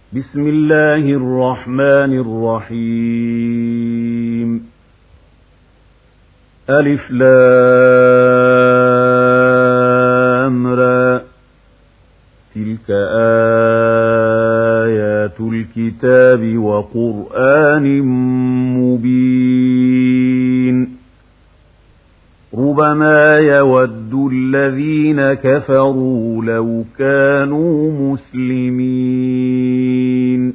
بسم الله الرحمن الرحيم. ألف لام را، تلك آيات الكتاب وقرآن مبين. ربما يود الذين كفروا لو كانوا مسلمين.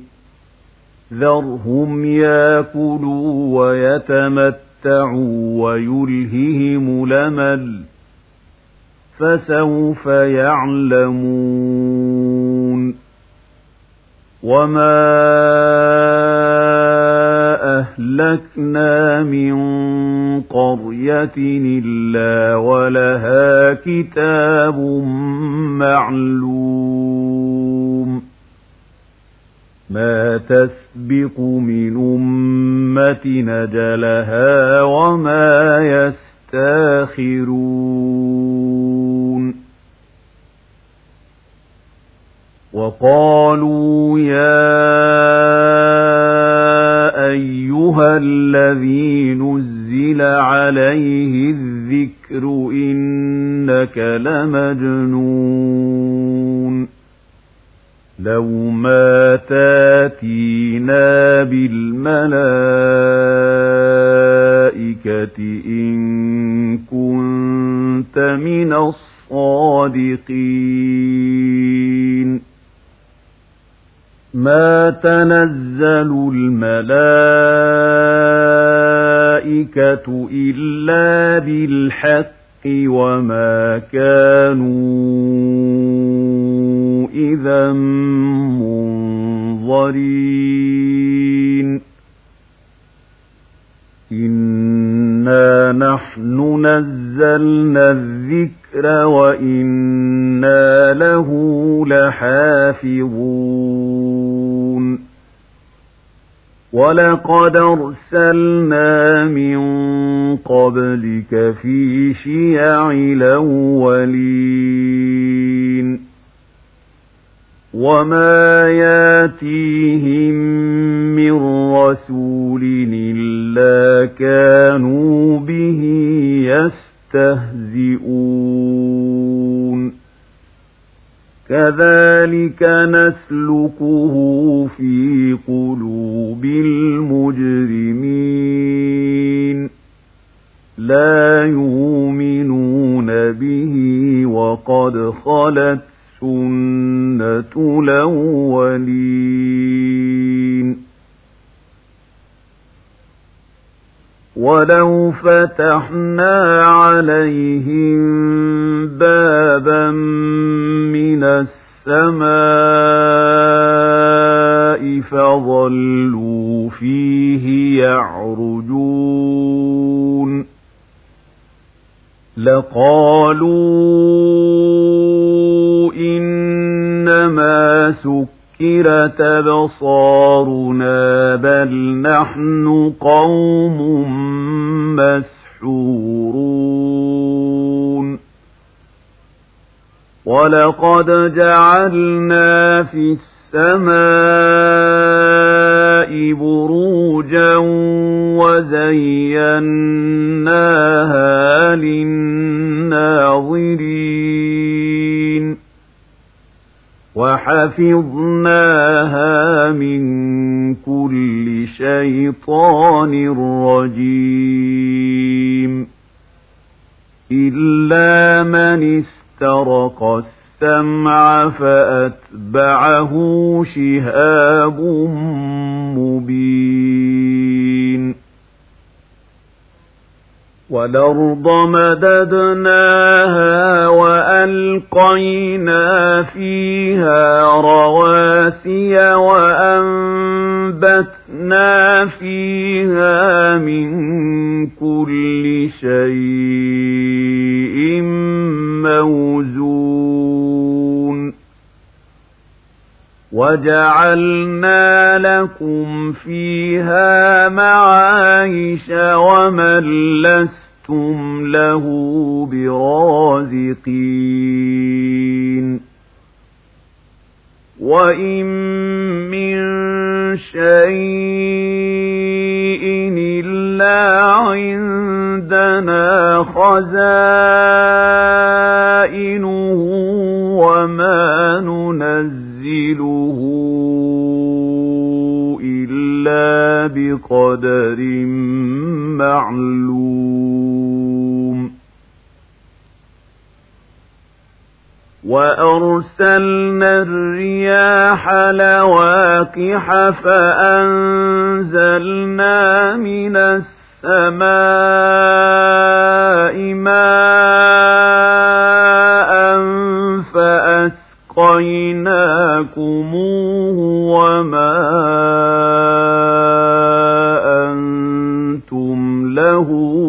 ذرهم ياكلوا ويتمتعوا ويلههم الأمل، فسوف يعلمون. وما أهلكنا من قرية إلا ولها كتاب معلوم. ما تسبق من أمة أجلها وما يستاخرون. وقالوا يا أيها الذي نزل عليه الذكر إنك لمجنون. لو ما تاتينا بالملائكة إن كنت من الصادقين. ما تنزل الملائكة إلا بالحق وما كانوا إذا منظرين. إنا نحن نزلنا الذكر وإنا له لحافظون. ولقد أرسلنا من قبلك في شيع الأولين. وما ياتيهم من رسول إلا كانوا به يستهزئون. كذلك نسلكه في قلوب المجرمين. لا يؤمنون به وقد خلت سنة الأولين. ولو فتحنا عليهم بابا من السماء فظلوا فيه يعرجون لقالوا إنما سكرت أبصارنا بل نحن قوم مسحورون. ولقد جعلنا في السماء بروجا وزيناها للناظرين وحفظناها من كل شيطان رجيم إلا من استرق السمع فأتبعه شهاب مبين. والأرض مددناها وألقينا فيها رواسي وأنبتنا فيها من كل شيء موزون. وجعلنا لكم فيها معايش ومن لستم له برازقين. وإن من خزائنه وما ننزله إلا بقدر معلوم وأرسلنا الرياح لواقح فأنزلنا من السماء ماء فأسقيناكموه وما أنتم له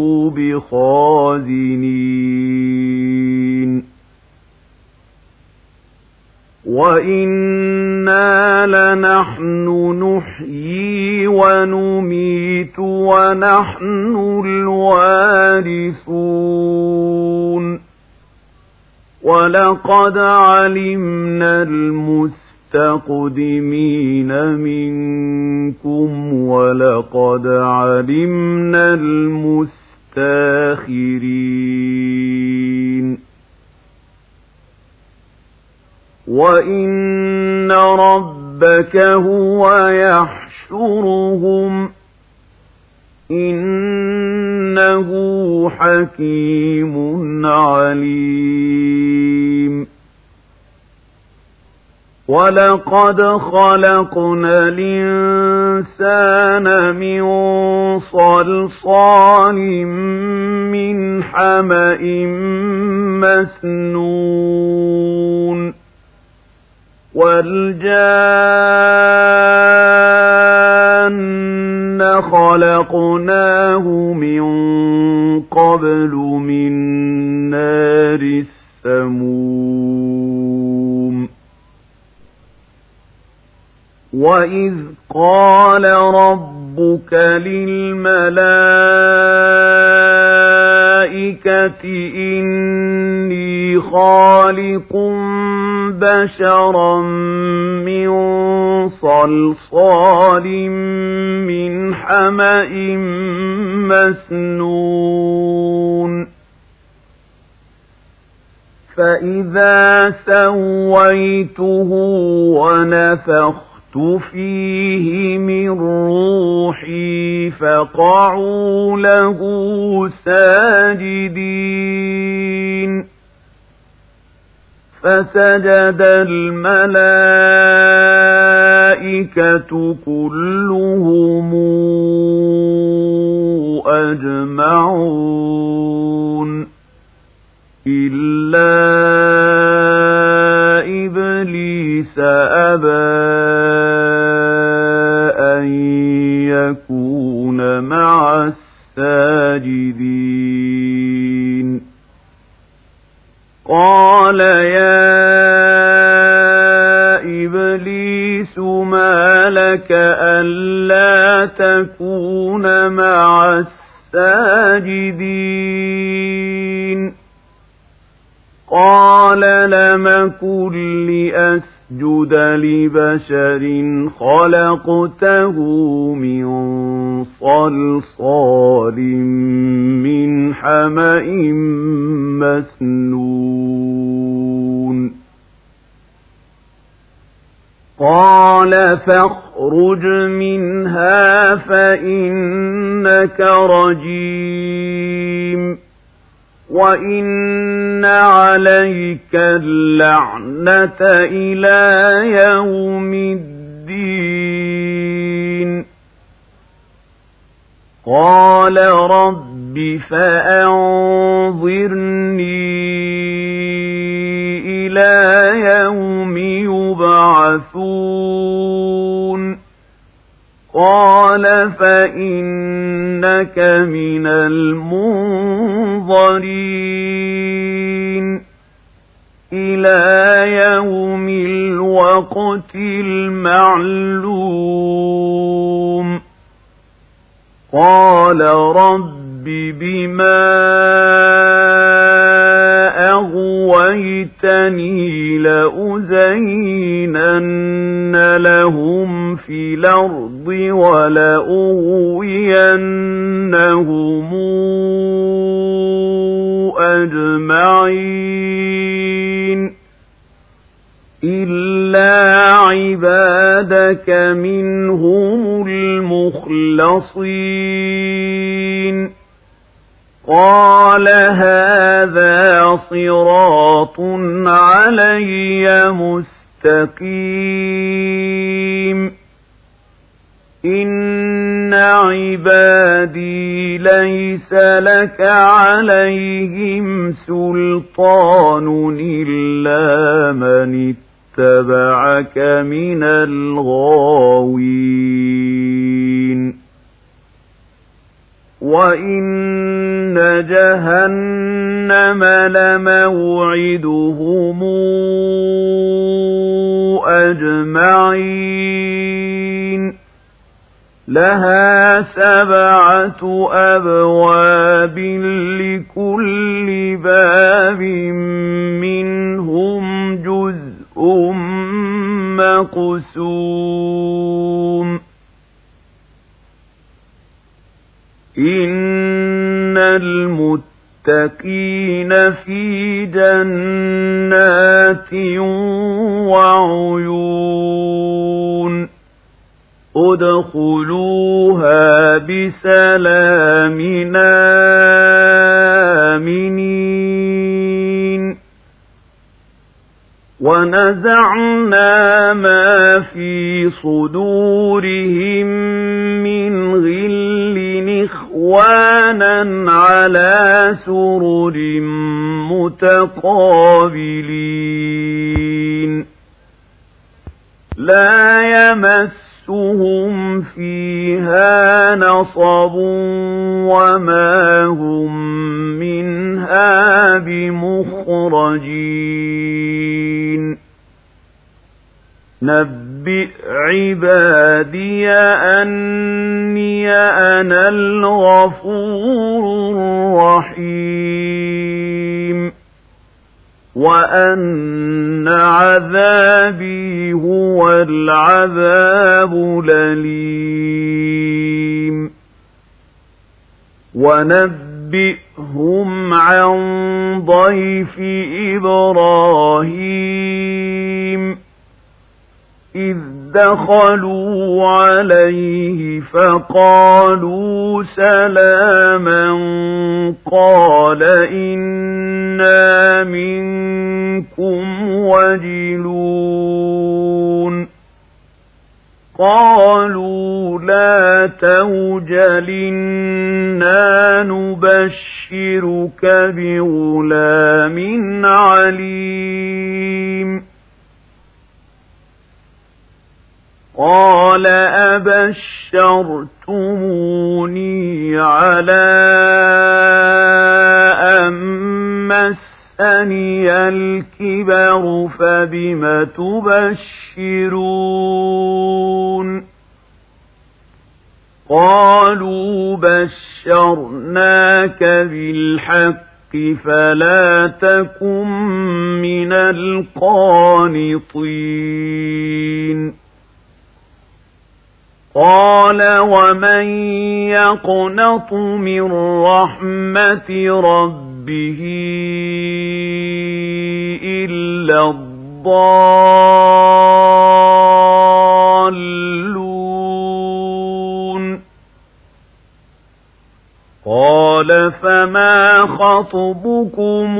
بخازنين وإنا لنحن نحيي ونميت ونحن الوارثون ولقد علمنا المستقدمين منكم ولقد علمنا المستاخرين وإن ربك هو يحشرهم إنه حكيم عليم ولقد خلقنا الإنسان من صلصال من حمأ مسنون والجان خلقناه من قبل من نار السموم وإذ قال ربك للملائكة إني خالق بشرا من صلصال من حمأ مسنون فإذا سويته ونفخت فيه من روحي فقعوا له ساجدين فسجد الملائكة كلهم أجمعون إلا إبليس أبى أن يكون مع الساجدين قال يا إبليس ما لك ألا تكون مع الساجدين قال لم كن لأسجد لبشر خلقته من صلصال من حمأ مسنون قال فاخرج منها فإنك رجيم وإن عليك اللعنة إلى يوم الدين قال رب فأنظرني إلى يوم يبعثون قال فإنك من المنظرين إلى يوم الوقت المعلوم قال رب رب بما أغويتني لأزينن لهم في الأرض ولأغوينهم أجمعين إلا عبادك منهم المخلصين قال هذا صراط علي مستقيم إن عبادي ليس لك عليهم سلطان إلا من اتبعك من الغاوين وإن جهنم لموعدهم أجمعين لها 7 أبواب لكل باب منهم جزء مقسوم إن المتقين في جنات وعيون ادخلوها بسلام آمنين ونزعنا ما في صدورهم من غل إخوانا على سرر متقابلين لا يمسهم فيها نصب وما هم منها بمخرجين نبئ عبادي أني أنا الغفور الرحيم وأن عذابي هو العذاب الأليم ونبئهم عن ضيف إبراهيم إذ دخلوا عليه فقالوا سلاما قال إنا منكم وجلون قالوا لا توجل إنا نبشرك بغلام عليم قال أبشرتموني على أن مسني الكبر فبم تبشرون قالوا بشرناك بالحق فلا تكن من القانطين قال ومن يقنط من رحمة ربه إلا الضالون قال فما خطبكم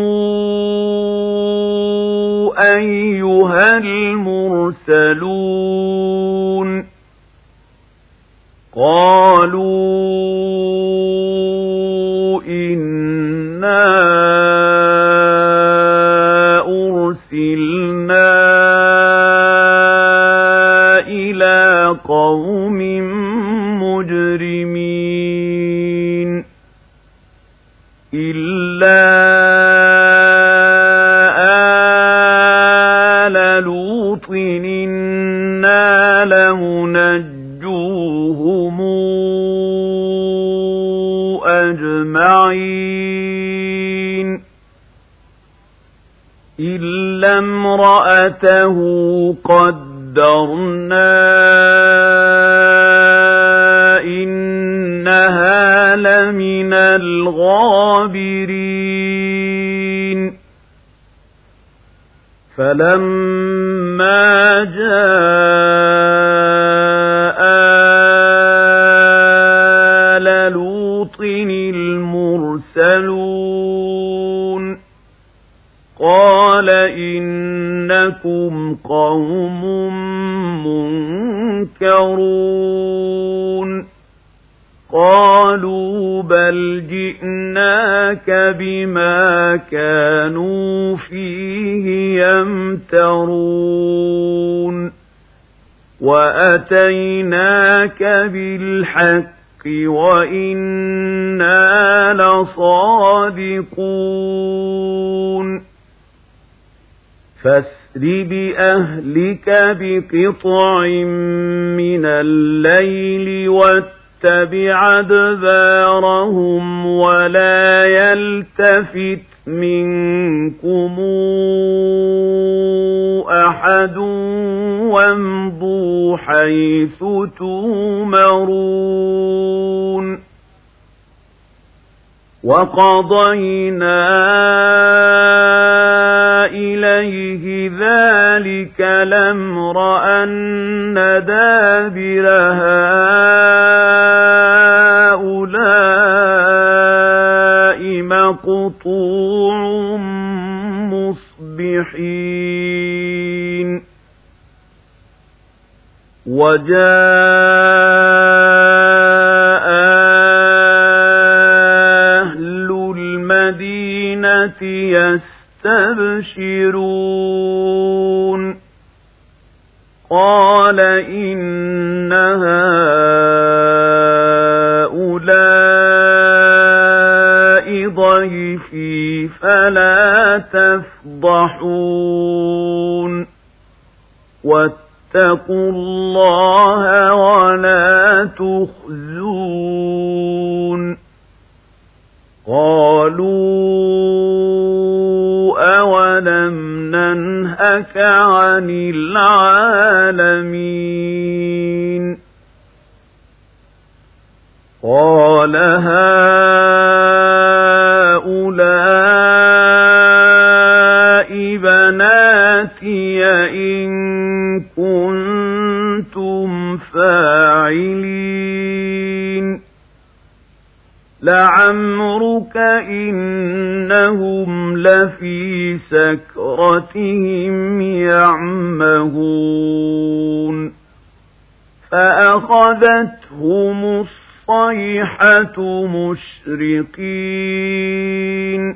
أيها المرسلون قالوا إنا أرسلنا إلى قوم مجرمين إلا آل لوط إنا لمنجوهم أجمعين إلا امرأته قدرنا إنها لمن الغابرين فلما جاء آل لوط المرسلون قال إنكم قوم منكرون قالوا بل جئناك بما كانوا فيه يمترون وأتيناك بالحق وإنا لصادقون فاسر بأهلك بقطع من الليل واتبع أدبارهم ولا يلتفت منكم أحد وامضوا حيث تؤمرون وقضينا إليه ذلك الأمر أن دابر هؤلاء مقطوع مصبحين وجاء أهل المدينة يستبشرون قال إن هؤلاء ضيفي فلا تفضحون واتقوا الله ولا تخزون قالوا أولم ننهك عن العالمين قال هؤلاء بناتي إن كنتم فاعلين لعمرك إنهم لفي سكرتهم يعمهون فأخذتهم الصيحة مشرقين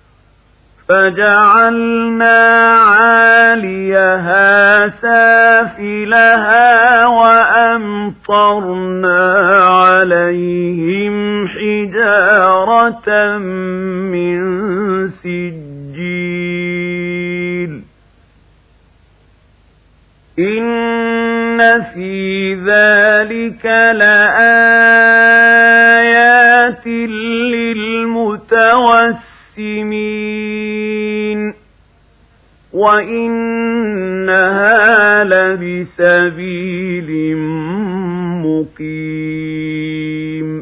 فجعلنا عاليها سافلها وأمطرنا عليهم حجارة من سجيل إن في ذلك لآيات للمتوسمين وإنها لبسبيل مقيم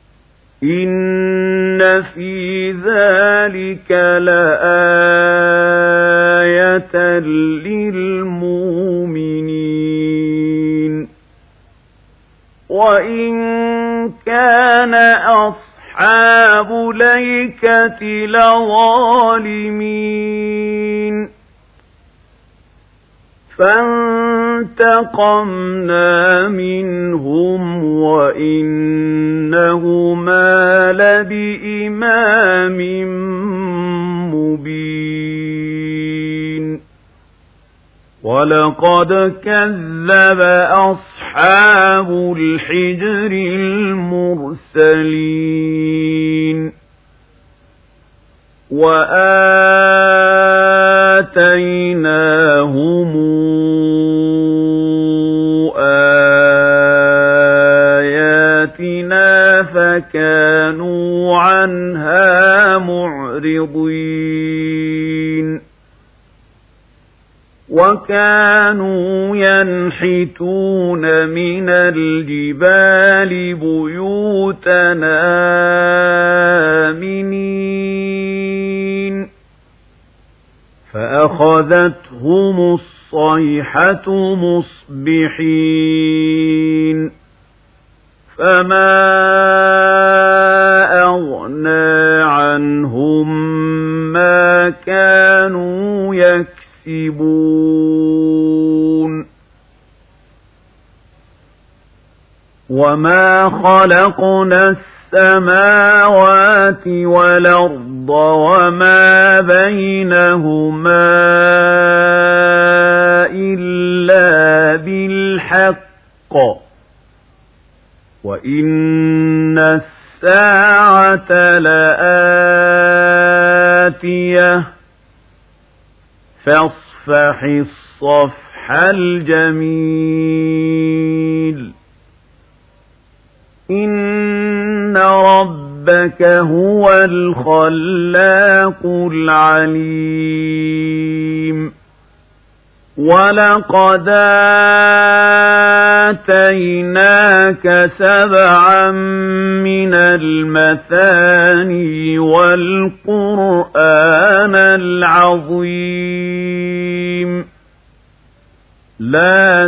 إن في ذلك لآية للمؤمنين وإن كان أصحاب الأيكة لظالمين فانتقمنا منهم وإنهما لبإمام مبين ولقد كذب أصحاب الحجر المرسلين وآتيناهم آياتنا فكانوا عنها معرضين وكانوا ينحتون من الجبال بيوتا آمنين فأخذتهم الصيحة مصبحين فما أغنى عنهم ما كانوا يكسبون وما خلقنا السماوات والأرض وما بينهما إلا بالحق وإن الساعة لآتية فاصفح الصفح الجميل إن ربك هو الخلاق العليم ولقد آتيناك 7 من المثاني والقرآن العظيم لا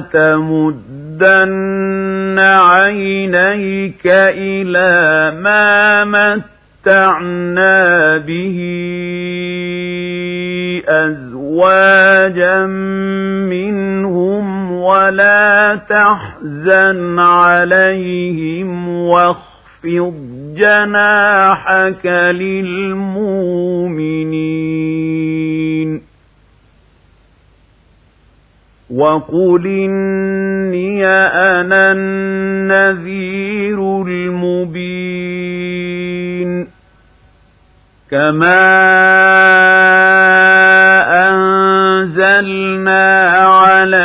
تمدن عينيك إلى ما متعنا به أزواجا منهم ولا تحزن عليهم واخفض جناحك للمؤمنين وقل إني أنا النذير المبين كما أنزلنا على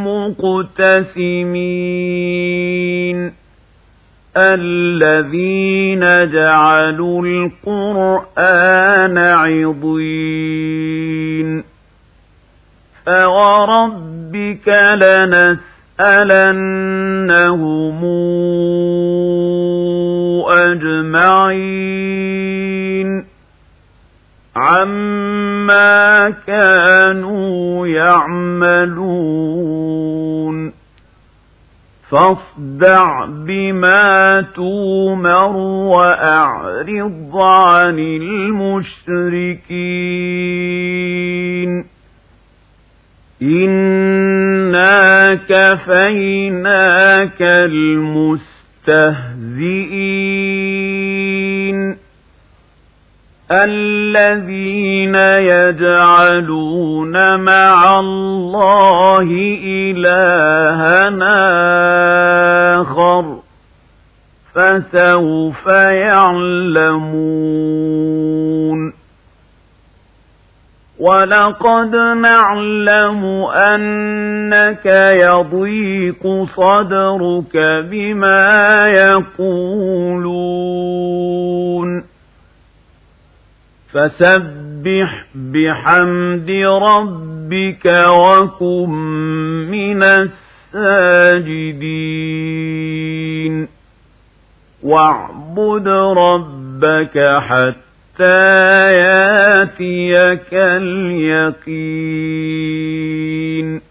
المقتسمين الذين جعلوا القرآن عضين فوربك لنسألنهم أجمعين عما كانوا يعملون فاصدع بما تؤمر وأعرض عن المشركين إنا كفيناك المستهزئين الذين يجعلون مع الله إلهًا آخر فسوف يعلمون ولقد نعلم أنك يضيق صدرك بما يقولون فسبح بحمد ربك وكن من الساجدين واعبد ربك حتى ياتيك اليقين